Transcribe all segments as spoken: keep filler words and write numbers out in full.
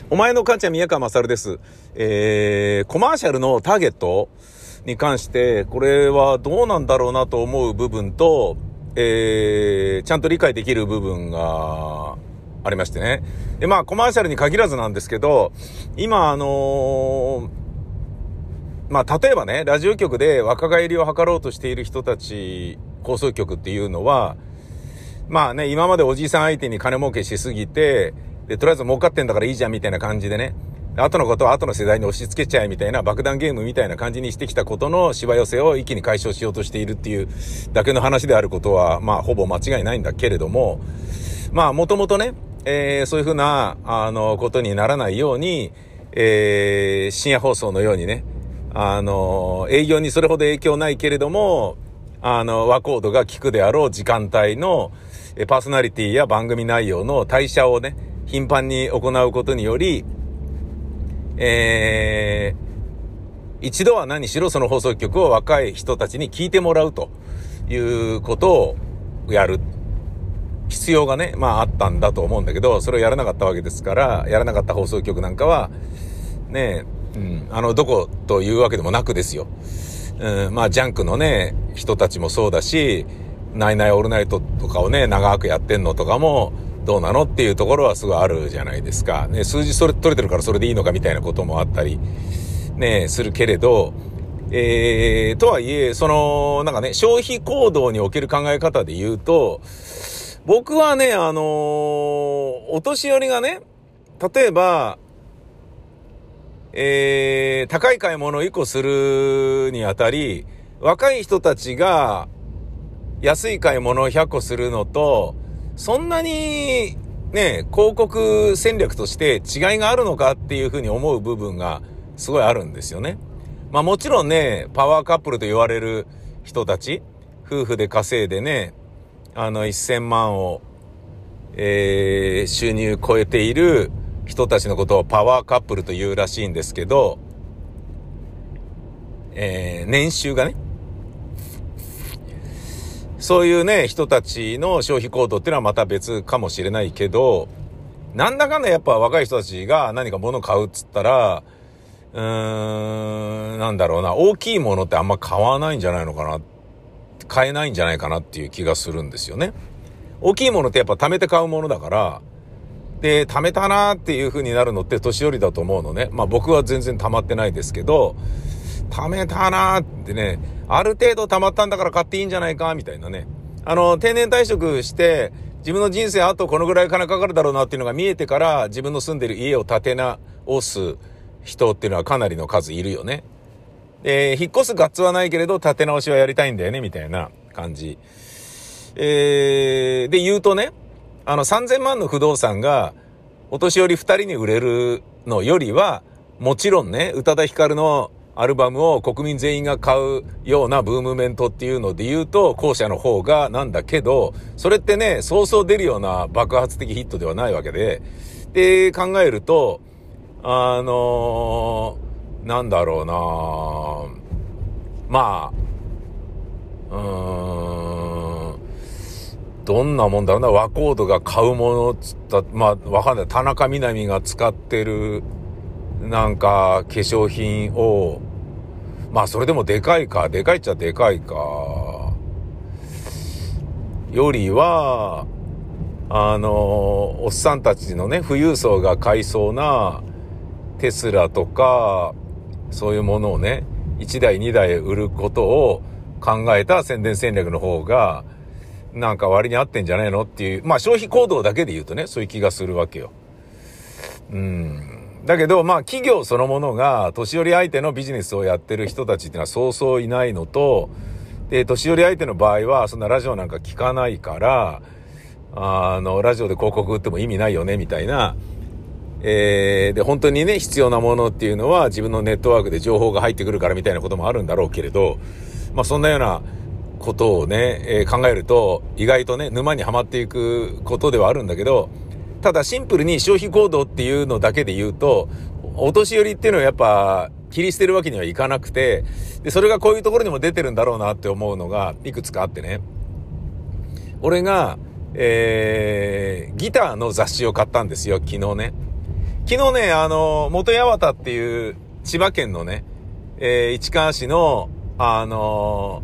お前の母ちゃん宮川勝です。えー、コマーシャルのターゲットに関して、これはどうなんだろうなと思う部分と、えー、ちゃんと理解できる部分がありましてね。で、まあ、コマーシャルに限らずなんですけど、今、あのー、まあ、例えばね、ラジオ局で若返りを図ろうとしている人たち、放送局っていうのは、まあね、今までおじいさん相手に金儲けしすぎて、で、とりあえず儲かってんだからいいじゃんみたいな感じでね、後のことは後の世代に押し付けちゃえみたいな爆弾ゲームみたいな感じにしてきたことのしわ寄せを一気に解消しようとしているっていうだけの話であることは、まあほぼ間違いないんだけれども、まあもともとね、えー、そういうふうな、あの、ことにならないように、えー、深夜放送のようにね、あの、営業にそれほど影響ないけれども、あの、和コードが効くであろう時間帯のパーソナリティや番組内容の代謝をね、頻繁に行うことにより、えー、一度は何しろその放送局を若い人たちに聞いてもらうということをやる必要がね、まああったんだと思うんだけど、それをやらなかったわけですから、やらなかった放送局なんかは、ね、うん、あの、どこというわけでもなくですよ。うん、まあ、ジャンクのね、人たちもそうだし、ナイナイオールナイトとかをね、長くやってんのとかも、どうなのっていうところはすごいあるじゃないですか。ね、数字それ取れてるからそれでいいのかみたいなこともあったり、ね、するけれど、えー、とはいえ、その、なんかね、消費行動における考え方で言うと、僕はね、あのー、お年寄りがね、例えば、えー、高い買い物をいっこするにあたり、若い人たちが安い買い物をひゃっこするのと、そんなにね、広告戦略として違いがあるのかっていうふうに思う部分がすごいあるんですよね。まあもちろんね、パワーカップルと言われる人たち、夫婦で稼いでね、あのせんまんを、えー、収入超えている人たちのことをパワーカップルというらしいんですけど、えー、年収がね、そういうね、人たちの消費行動っていうのはまた別かもしれないけど、なんだかんだやっぱ若い人たちが何か物を買うっつったら、うーん、なんだろうな、大きいものってあんま買わないんじゃないのかな、買えないんじゃないかなっていう気がするんですよね。大きいものってやっぱ貯めて買うものだから、で、貯めたなーっていう風になるのって年寄りだと思うのね。まあ僕は全然貯まってないですけど、貯めたなーってね、ある程度貯まったんだから買っていいんじゃないかみたいなね。あの、定年退職して自分の人生あとこのぐらい金かかるだろうなっていうのが見えてから自分の住んでる家を建て直す人っていうのはかなりの数いるよね。で、引っ越すガッツはないけれど建て直しはやりたいんだよねみたいな感じ。えー、で言うとね、あのさんぜんまんの不動産がお年寄りふたりに売れるのよりは、もちろんね、宇多田ヒカルのアルバムを国民全員が買うようなブームメントっていうので言うと、後者の方がなんだけど、それってね、そうそう出るような爆発的ヒットではないわけで、で、考えると、あのー、なんだろうなまあ、うーん、どんなもんだろうな、和コードが買うものっつった、まあ、わかんない。田中みな実が使ってる、なんか、化粧品を、まあ、それでもでかいか、でかいっちゃでかいか、よりは、あの、おっさんたちのね、富裕層が買いそうな、テスラとか、そういうものをね、いちだいにだい売ることを考えた宣伝戦略の方が、なんか割に合ってんじゃないのっていう、まあ消費行動だけで言うとね、そういう気がするわけよ。うん。だけど、まあ企業そのものが年寄り相手のビジネスをやってる人たちっていうのはそうそういないのと、で、年寄り相手の場合はそんなラジオなんか聞かないから、あの、ラジオで広告売っても意味ないよね、みたいな。えー、で、本当にね、必要なものっていうのは自分のネットワークで情報が入ってくるからみたいなこともあるんだろうけれど、まあそんなようなことをね、えー、考えると意外とね、沼にはまっていくことではあるんだけど、ただシンプルに消費行動っていうのだけで言うと、お年寄りっていうのはやっぱ切り捨てるわけにはいかなくて、で、それがこういうところにも出てるんだろうなって思うのがいくつかあってね。俺が、えー、ギターの雑誌を買ったんですよ、昨日ね。 昨日ね、あの、元八幡っていう千葉県のね、えー、市川市の、あの、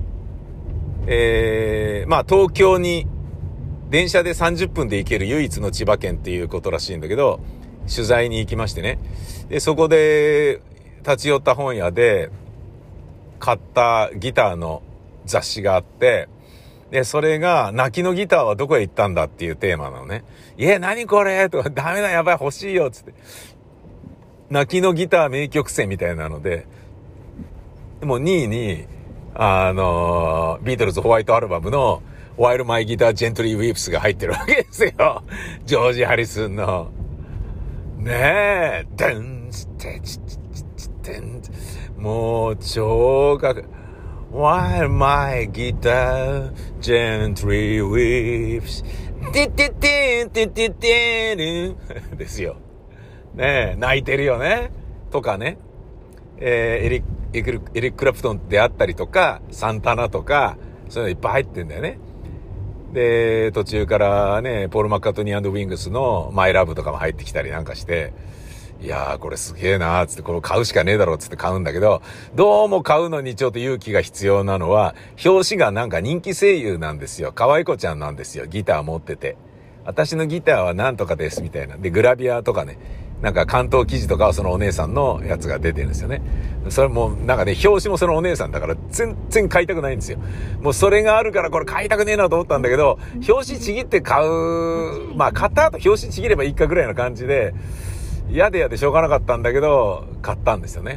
えー、まあ東京に電車でさんじゅっぷんで行ける唯一の千葉県っていうことらしいんだけど、取材に行きましてね。で、そこで立ち寄った本屋で買ったギターの雑誌があって、で、それが、泣きのギターはどこへ行ったんだっていうテーマなのね。いや、何これとか、ダメだ、やばい、欲しいよつって。泣きのギター名曲選みたいなので、もうにいに、あの、ビートルズホワイトアルバムの While My Guitar Gently Weeps が入ってるわけですよ。ジョージ・ハリスンの。ねえ、ダンステチチチテンもう、超かく、While my guitar gently weeps テテテンテテテンですよ。ねえ、泣いてるよね。とかね。えー、エリック、エリック・クラプトンであったりとか、サンタナとか、そういうのいっぱい入ってんだよね。で、途中からね、ポール・マッカートニー&ウィングスのマイ・ラブとかも入ってきたりなんかして、いやーこれすげえなーつって、これ買うしかねえだろうつって買うんだけど、どうも買うのにちょっと勇気が必要なのは、表紙がなんか人気声優なんですよ。可愛い子ちゃんなんですよ。ギター持ってて。私のギターはなんとかですみたいな。で、グラビアとかね、なんか関東記事とかはそのお姉さんのやつが出てるんですよね。それもなんかね、表紙もそのお姉さんだから全然買いたくないんですよ。もうそれがあるからこれ買いたくねえなと思ったんだけど、表紙ちぎって買う、まあ買った後表紙ちぎればいいかぐらいな感じで、嫌で嫌でしょうがなかったんだけど、買ったんですよね。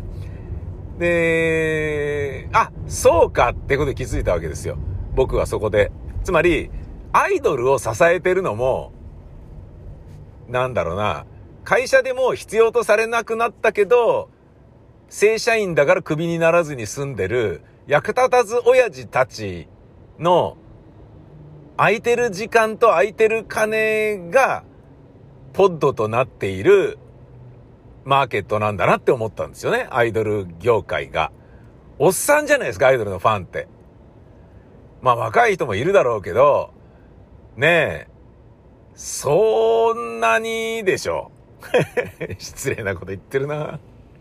で、あ、そうかってことで気づいたわけですよ。僕はそこで。つまり、アイドルを支えてるのも、なんだろうな、会社でも必要とされなくなったけど、正社員だからクビにならずに済んでる、役立たず親父たちの、空いてる時間と空いてる金が、ポッドとなっている、マーケットなんだなって思ったんですよね。アイドル業界が。おっさんじゃないですか、アイドルのファンって。まあ若い人もいるだろうけど、ねえ、そんなにでしょ。失礼なこと言ってるな。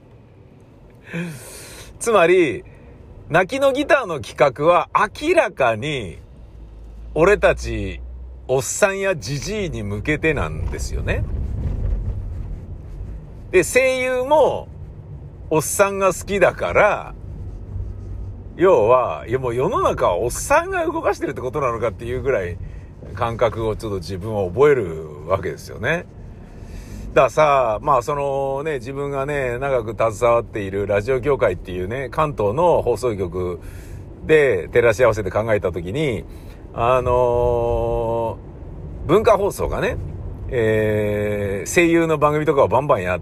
つまり、泣きのギターの企画は明らかに、俺たち、おっさんやジジイに向けてなんですよね。で、声優も、おっさんが好きだから、要は、いやもう世の中はおっさんが動かしてるってことなのかっていうぐらい、感覚をちょっと自分は覚えるわけですよね。だからさ、まあそのね、自分がね、長く携わっているラジオ業界っていうね、関東の放送局で照らし合わせて考えたときに、あのー、文化放送がね、えー、声優の番組とかをバンバンやって、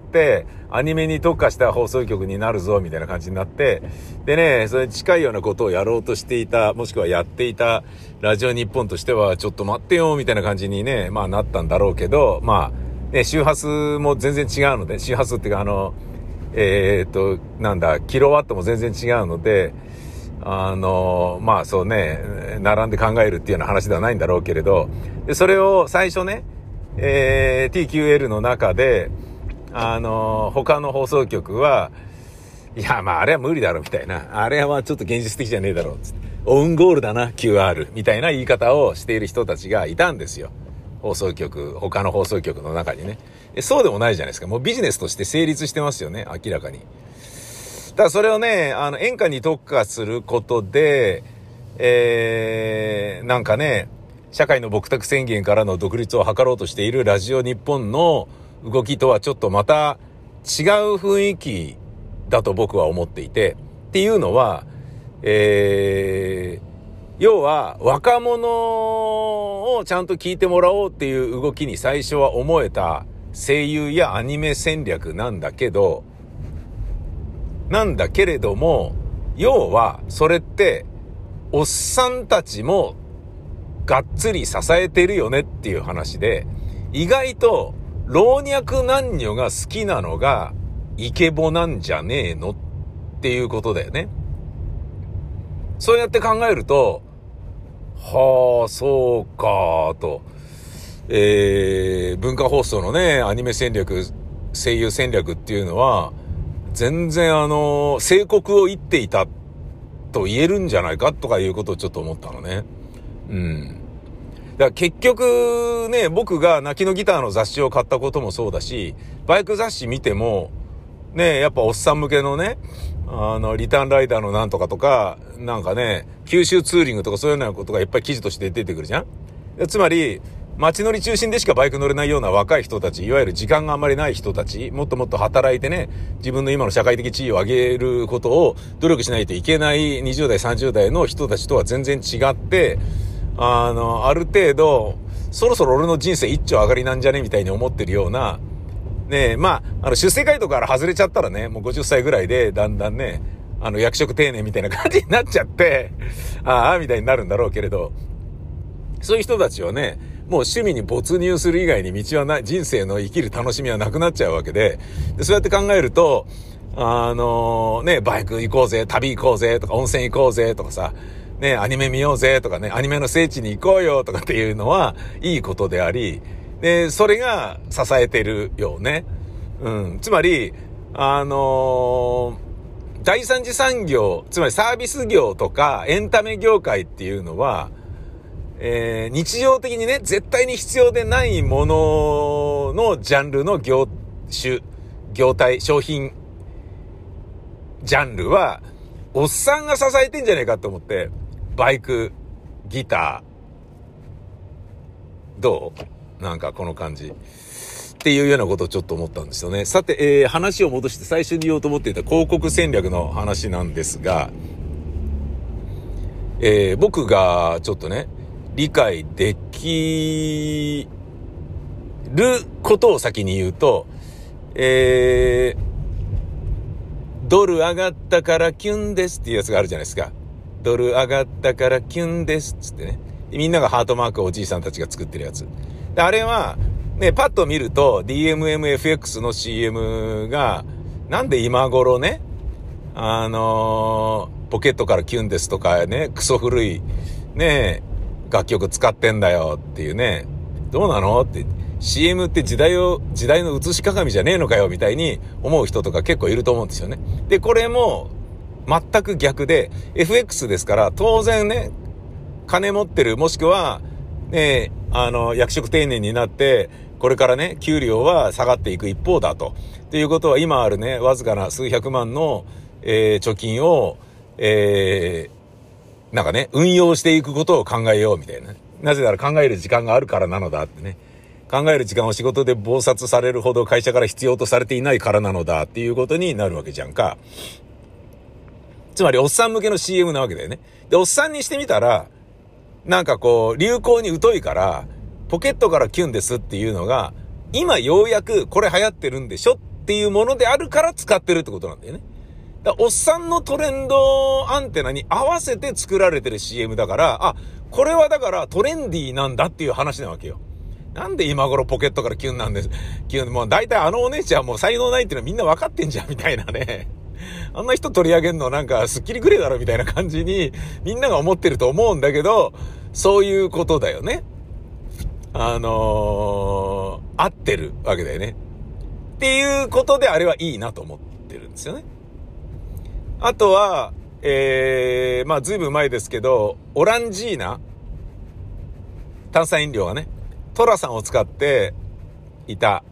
アニメに特化した放送局になるぞ、みたいな感じになって、でね、それに近いようなことをやろうとしていた、もしくはやっていたラジオ日本としては、ちょっと待ってよ、みたいな感じにね、まあなったんだろうけど、まあ、ね、周波数も全然違うので、周波数っていうかあの、えー、っと、なんだ、キロワットも全然違うので、あの、まあそうね、並んで考えるっていうような話ではないんだろうけれど、でそれを最初ね、えー、ティーキューエル の中で、あの、他の放送局は、いや、まああれは無理だろみたいな、あれはちょっと現実的じゃねえだろつって、オウンゴールだな キューアール みたいな言い方をしている人たちがいたんですよ。放送局、他の放送局の中にね。そうでもないじゃないですか。もうビジネスとして成立してますよね、明らかに。だからそれをね、あの演歌に特化することで、えー、なんかね、社会の僕宅宣言からの独立を図ろうとしているラジオ日本の動きとはちょっとまた違う雰囲気だと僕は思っていて、っていうのは、えー、要は若者をちゃんと聞いてもらおうっていう動きに最初は思えた声優やアニメ戦略なんだけど、なんだけれども、要はそれっておっさんたちもがっつり支えてるよねっていう話で、意外と老若男女が好きなのがイケボなんじゃねえのっていうことだよね。そうやって考えると、はあ、そうかと、えー、文化放送のね、アニメ戦略声優戦略っていうのは、全然あの、正国を言っていたと言えるんじゃないかとかいうことをちょっと思ったのね。うん。だから結局ね、僕が泣きのギターの雑誌を買ったこともそうだし、バイク雑誌見ても、ね、やっぱおっさん向けのね、あの、リターンライダーのなんとかとか、なんかね、九州ツーリングとかそういうようなことがいっぱい記事として出てくるじゃん。つまり、街乗り中心でしかバイク乗れないような若い人たち、いわゆる時間があんまりない人たち、もっともっと働いてね、自分の今の社会的地位を上げることを努力しないといけないにじゅう代、さんじゅう代の人たちとは全然違って、あの、ある程度、そろそろ俺の人生一丁上がりなんじゃねみたいに思ってるような、ねえ、まあ、あの、出世街道から外れちゃったらね、もうごじゅっさいぐらいで、だんだんね、あの、役職定年みたいな感じになっちゃって、ああ、みたいになるんだろうけれど、そういう人たちはね、もう趣味に没入する以外に道はない、人生の生きる楽しみはなくなっちゃうわけで、でそうやって考えると、あのー、ね、バイク行こうぜ、旅行こうぜ、とか温泉行こうぜ、とかさ、ね、アニメ見ようぜ、とかね、アニメの聖地に行こうよ、とかっていうのは、いいことであり、で、それが支えてるよね。うん。つまり、あのー、第三次産業、つまりサービス業とかエンタメ業界っていうのは、えー、日常的にね、絶対に必要でないもののジャンルの業種、業態、商品、ジャンルは、おっさんが支えてんじゃねえかと思って、バイク、ギター、どう？なんかこの感じ。っていうようなことをちょっと思ったんですよね。さて、えー、話を戻して最初に言おうと思っていた広告戦略の話なんですが、えー、僕がちょっとね、理解できることを先に言うと、えー、ドル上がったからキュンですっていうやつがあるじゃないですか。ドル上がったからキュンですっつってね。みんながハートマークをおじいさんたちが作ってるやつ。であれは、ね、パッと見ると ディーエムエムエフエックス の シーエム が、なんで今頃ね、あのー、ポケットからキュンですとかね、クソ古い、ね、楽曲使ってんだよっていうね、どうなのって、シーエム って時代を、時代の映し鏡じゃねえのかよみたいに思う人とか結構いると思うんですよね。で、これも全く逆で、エフエックス ですから当然ね、金持ってる、もしくは、ね、あの、役職定年になって、これからね、給料は下がっていく一方だと。ということは今あるね、わずかな数百万の、えー、貯金を、えー、なんかね、運用していくことを考えようみたいな。なぜなら考える時間があるからなのだってね。考える時間を仕事で忙殺されるほど会社から必要とされていないからなのだっていうことになるわけじゃんか。つまりおっさん向けの シーエム なわけだよね。で、おっさんにしてみたら、なんかこう、流行に疎いから、ポケットからキュンですっていうのが、今ようやくこれ流行ってるんでしょっていうものであるから使ってるってことなんだよね。だからおっさんのトレンドアンテナに合わせて作られてる シーエム だから、あ、これはだからトレンディーなんだっていう話なわけよ。なんで今頃ポケットからキュンなんです。キュン、もう大体あのお姉ちゃんもう才能ないっていうのはみんな分かってんじゃんみたいなね。あんな人取り上げんのなんかスッキリくれだろみたいな感じにみんなが思ってると思うんだけど、そういうことだよね。あのー、合ってるわけだよね。っていうことであれはいいなと思ってるんですよね。あとは、えー、まあずいぶん前ですけど、オランジーナ炭酸飲料がね、トラさんを使っていた、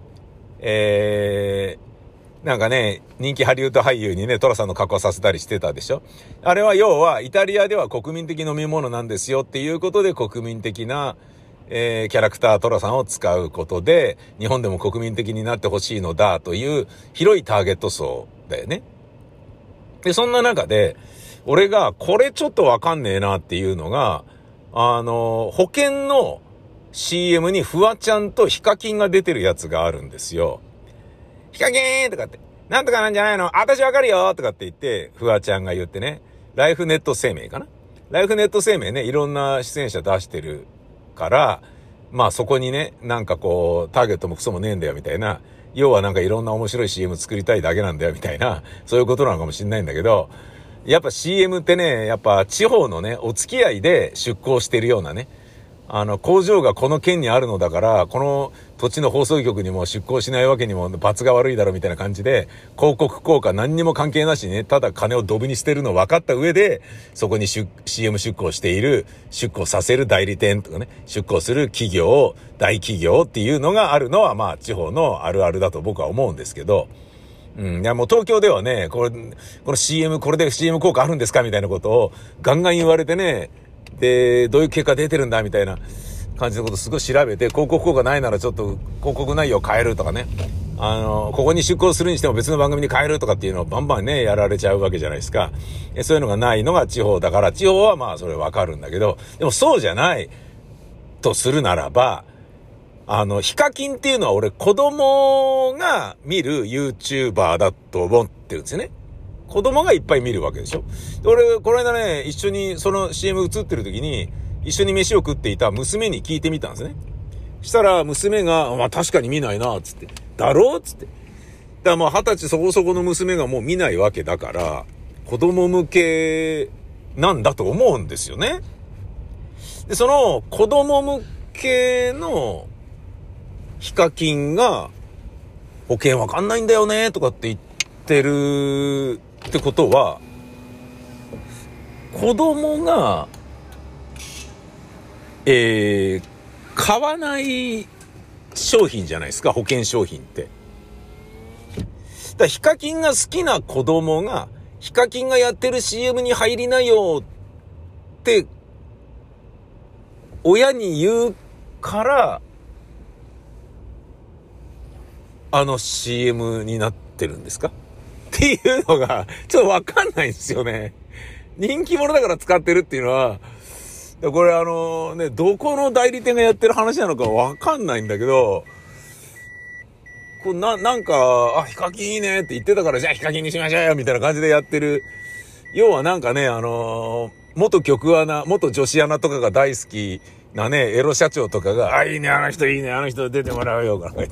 えー、なんかね、人気ハリウッド俳優にね、トラさんの格好させたりしてたでしょ。あれは要は、イタリアでは国民的飲み物なんですよっていうことで国民的な、えー、キャラクタートラさんを使うことで、日本でも国民的になってほしいのだという広いターゲット層だよね。で、そんな中で、俺がこれちょっとわかんねえなっていうのが、あの、保険の シーエム にフワちゃんとヒカキンが出てるやつがあるんですよ。ヒカキンとかって、なんとかなんじゃないの？私わかるよとかって言って、フワちゃんが言ってね、ライフネット生命かな？ライフネット生命ね、いろんな出演者出してるから、まあそこにね、なんかこう、ターゲットもクソもねえんだよみたいな、要はなんかいろんな面白い シーエム 作りたいだけなんだよみたいな、そういうことなのかもしれないんだけど、やっぱ シーエム ってね、やっぱ地方のね、お付き合いで出向してるようなね、 あの、工場がこの県にあるのだから、この土地の放送局にも出向しないわけにも罰が悪いだろみたいな感じで、広告効果何にも関係なしにね、ただ金をドブに捨てるのを分かった上で、そこに シーエム 出向している、出向させる代理店とかね、出向する企業、大企業っていうのがあるのは、まあ、地方のあるあるだと僕は思うんですけど、うん。いや、もう東京ではね、これ、この シーエム、これで シーエム 効果あるんですかみたいなことをガンガン言われてね、で、どういう結果出てるんだみたいな感じのことをすごい調べて、広告効果ないならちょっと広告内容を変えるとかね。あの、ここに出稿するにしても別の番組に変えるとかっていうのをバンバンね、やられちゃうわけじゃないですか。そういうのがないのが地方だから、地方はまあそれわかるんだけど、でもそうじゃないとするならば、あの、ヒカキンっていうのは俺子供が見る YouTuber だと思ってるんですよね。子供がいっぱい見るわけでしょ。俺、この間ね、一緒にその シーエム 映ってる時に、一緒に飯を食っていた娘に聞いてみたんですね。したら娘が、まあ確かに見ないな、つって。だろうつって。だからまあ二十歳そこそこの娘がもう見ないわけだから、子供向けなんだと思うんですよね。で、その子供向けのヒカキンが保険わかんないんだよねとかって言ってるってことは、子供がえー、買わない商品じゃないですか、保険商品って。だからヒカキンが好きな子供がヒカキンがやってる シーエム に入りなよって親に言うからあの シーエム になってるんですかっていうのがちょっとわかんないんですよね。人気者だから使ってるっていうのは、これあのね、どこの代理店がやってる話なのかわかんないんだけど、こうな、なんか、あ、ヒカキンいいねって言ってたから、じゃあヒカキンにしましょうよみたいな感じでやってる。要はなんかね、あのー、元局アナ、元女子アナとかが大好きなね、エロ社長とかが、あ、いいね、あの人いいね、あの人出てもらうよ、とか言って、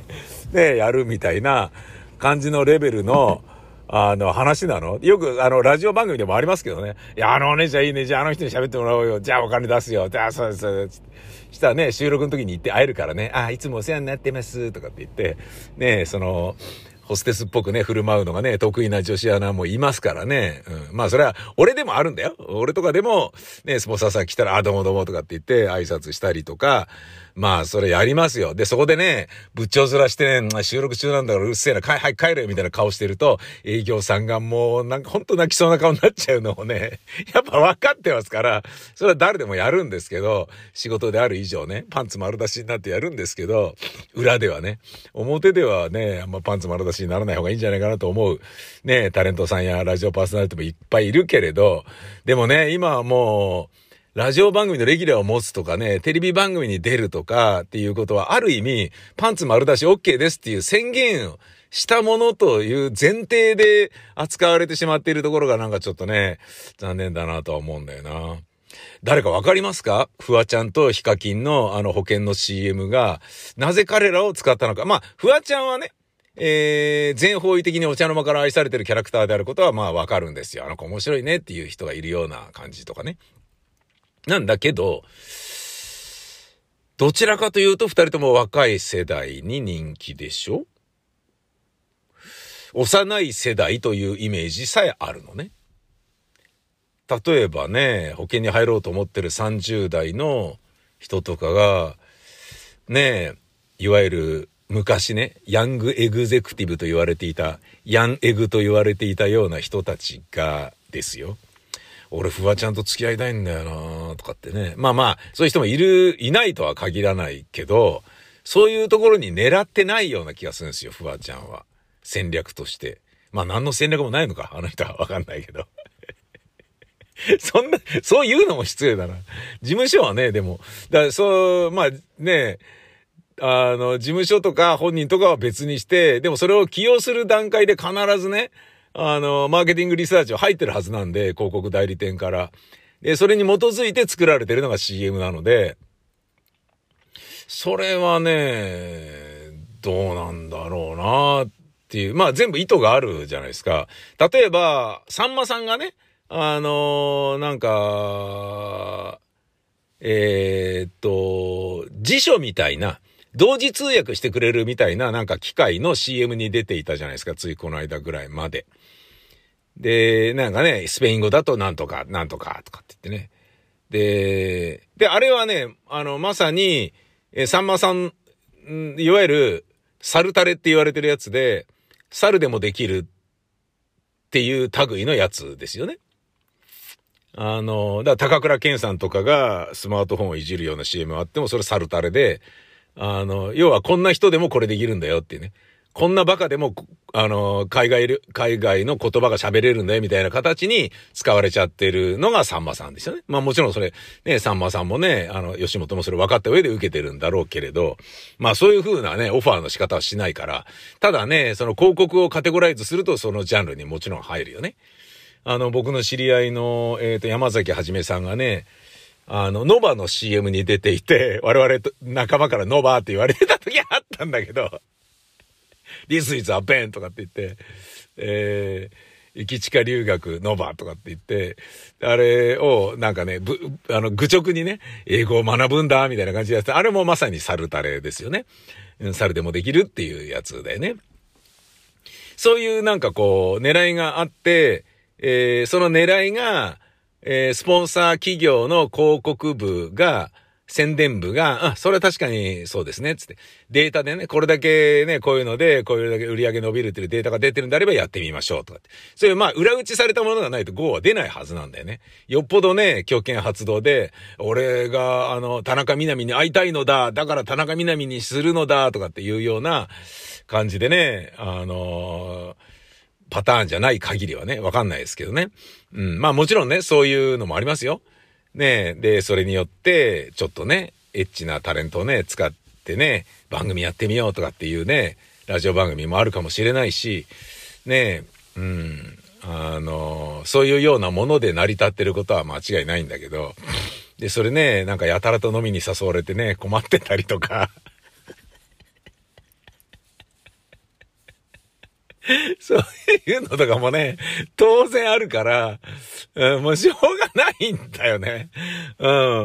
ね、やるみたいな感じのレベルの、あの、話なのよく、あの、ラジオ番組でもありますけどね。いや、あのお姉ちゃんいいね。じゃああの人に喋ってもらおうよ。じゃあお金出すよ。じゃあ、そうです、そうです。したらね、収録の時に行って会えるからね。あ、いつもお世話になってます。とかって言って、ね、その、ホステスっぽくね、振る舞うのがね、得意な女子アナもいますからね。うん。まあ、それは、俺でもあるんだよ。俺とかでも、ね、スポンサーさん来たら、あ、どうもどうもとかって言って挨拶したりとか、まあ、それやりますよ。で、そこでね、ぶっちょずらしてね、収録中なんだからうっせえな、はい、帰れよみたいな顔してると、営業さんがもう、なんかほんと泣きそうな顔になっちゃうのをね、やっぱ分かってますから、それは誰でもやるんですけど、仕事である以上ね、パンツ丸出しになってやるんですけど、裏ではね、表ではね、あんまパンツ丸出しにならない方がいいんじゃないかなと思う、ね、タレントさんやラジオパーソナリティもいっぱいいるけれど、でもね、今はもう、ラジオ番組のレギュラーを持つとかね、テレビ番組に出るとかっていうことはある意味、パンツ丸出し OK ですっていう宣言をしたものという前提で扱われてしまっているところがなんかちょっとね、残念だなとは思うんだよな。誰かわかりますか？フワちゃんとヒカキンのあの保険の シーエム が、なぜ彼らを使ったのか。まあ、フワちゃんはね、えー、全方位的にお茶の間から愛されてるキャラクターであることはまあわかるんですよ。あの子面白いねっていう人がいるような感じとかね。なんだけど、どちらかというと二人とも若い世代に人気でしょ？幼い世代というイメージさえあるのね。例えばね、保険に入ろうと思ってるさんじゅう代の人とかが、ね、いわゆる昔ね、ヤングエグゼクティブと言われていた、ヤンエグと言われていたような人たちがですよ。俺フワちゃんと付き合いたいんだよなとかってね。まあまあ、そういう人もいる、いないとは限らないけど、そういうところに狙ってないような気がするんですよ、フワちゃんは。戦略として。まあ何の戦略もないのか、あの人はわかんないけど。そんな、そういうのも失礼だな。事務所はね、でも、だそう、まあね、あの、事務所とか本人とかは別にして、でもそれを起用する段階で必ずね、あの、マーケティングリサーチは入ってるはずなんで、広告代理店から。で、それに基づいて作られてるのが シーエム なので、それはね、どうなんだろうなっていう。まあ全部意図があるじゃないですか。例えば、さんまさんがね、あのー、なんか、 えー、っと、辞書みたいな、同時通訳してくれるみたいななんか機械の シーエム に出ていたじゃないですか。ついこの間ぐらいまで。で、なんかね、スペイン語だとなんとか、なんとかとかって言ってね。で、で、あれはね、あの、まさに、え、さんまさん、いわゆる、サルタレって言われてるやつで、猿でもできるっていう類のやつですよね。あの、だから高倉健さんとかがスマートフォンをいじるような シーエム あっても、それサルタレで、あの、要はこんな人でもこれできるんだよっていうね。こんなバカでも、あの、海外、海外の言葉が喋れるんだよみたいな形に使われちゃってるのがさんまさんですよね。まあもちろんそれ、ね、さんまさんもね、あの、吉本もそれ分かった上で受けてるんだろうけれど、まあそういう風なね、オファーの仕方はしないから、ただね、その広告をカテゴライズするとそのジャンルにもちろん入るよね。あの、僕の知り合いの、えっと、山崎はじめさんがね、あの、ノバの シーエム に出ていて、我々と仲間からノバって言われてた時あったんだけど、This is a pen とかって言って、えー、駅近留学ノバとかって言って、あれをなんかね、ぶ、あの、愚直にね、英語を学ぶんだ、みたいな感じでやって、あれもまさにサルタレですよね。猿でもできるっていうやつだよね。そういうなんかこう、狙いがあって、えー、その狙いが、えー、スポンサー企業の広告部が、宣伝部が、あ、それは確かにそうですね、つって。データでね、これだけね、こういうので、こういうだけ売り上げ伸びるっていうデータが出てるんであればやってみましょう、とかって。そういう、まあ、裏打ちされたものがないと ゴー は出ないはずなんだよね。よっぽどね、強権発動で、俺が、あの、田中みな実に会いたいのだ、だから田中みな実にするのだ、とかっていうような感じでね、あのー、パターンじゃない限りはね、わかんないですけどね。うん。まあもちろんね、そういうのもありますよ。ねえ。で、それによって、ちょっとね、エッチなタレントをね、使ってね、番組やってみようとかっていうね、ラジオ番組もあるかもしれないし、ねえ、うん。あの、そういうようなもので成り立ってることは間違いないんだけど、で、それね、なんかやたらと飲みに誘われてね、困ってたりとか、そういうのとかもね、当然あるから、うん、もうしょうがないんだよね。うん。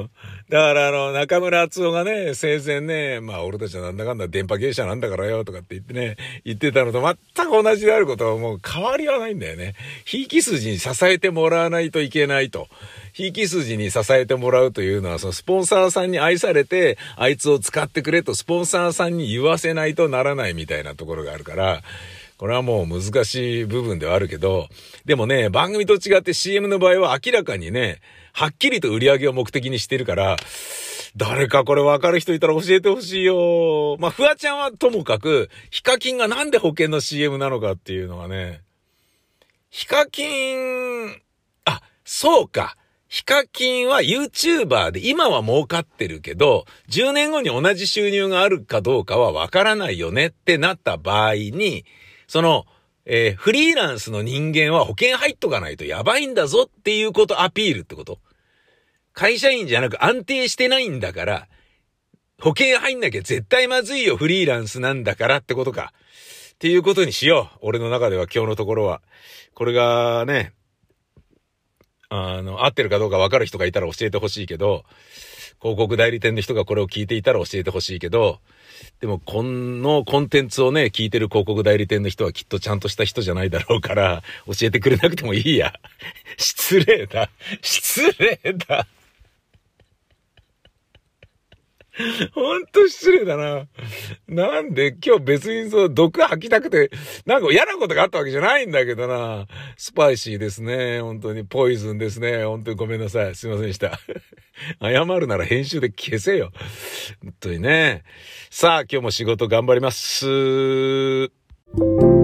だからあの、中村敦夫がね、生前ね、まあ俺たちはなんだかんだ電波芸者なんだからよとかって言ってね、言ってたのと全く同じであることはもう変わりはないんだよね。ひいき筋に支えてもらわないといけないと。ひいき筋に支えてもらうというのは、そのスポンサーさんに愛されて、あいつを使ってくれとスポンサーさんに言わせないとならないみたいなところがあるから、これはもう難しい部分ではあるけど、でもね、番組と違って シーエム の場合は明らかにね、はっきりと売り上げを目的にしてるから、誰かこれ分かる人いたら教えてほしいよ。まあ、フワちゃんはともかく、ヒカキンがなんで保険の シーエム なのかっていうのがね、ヒカキン、あ、そうか。ヒカキンは YouTuber で今は儲かってるけど、じゅうねんごに同じ収入があるかどうかは分からないよねってなった場合に、その、えー、フリーランスの人間は保険入っとかないとやばいんだぞっていうことアピールってこと。会社員じゃなく安定してないんだから、保険入んなきゃ絶対まずいよフリーランスなんだからってことか。っていうことにしよう。俺の中では今日のところは。これがね、あの、合ってるかどうか分かる人がいたら教えてほしいけど、広告代理店の人がこれを聞いていたら教えてほしいけど、でもこのコンテンツをね、聞いてる広告代理店の人はきっとちゃんとした人じゃないだろうから、教えてくれなくてもいいや。失礼だ。失礼だ。ほんと失礼だな。なんで今日別にそう毒吐きたくて、なんか嫌なことがあったわけじゃないんだけどな。スパイシーですね。本当にポイズンですね。本当にごめんなさい。すいませんでした。謝るなら編集で消せよ。本当にね。さあ今日も仕事頑張ります。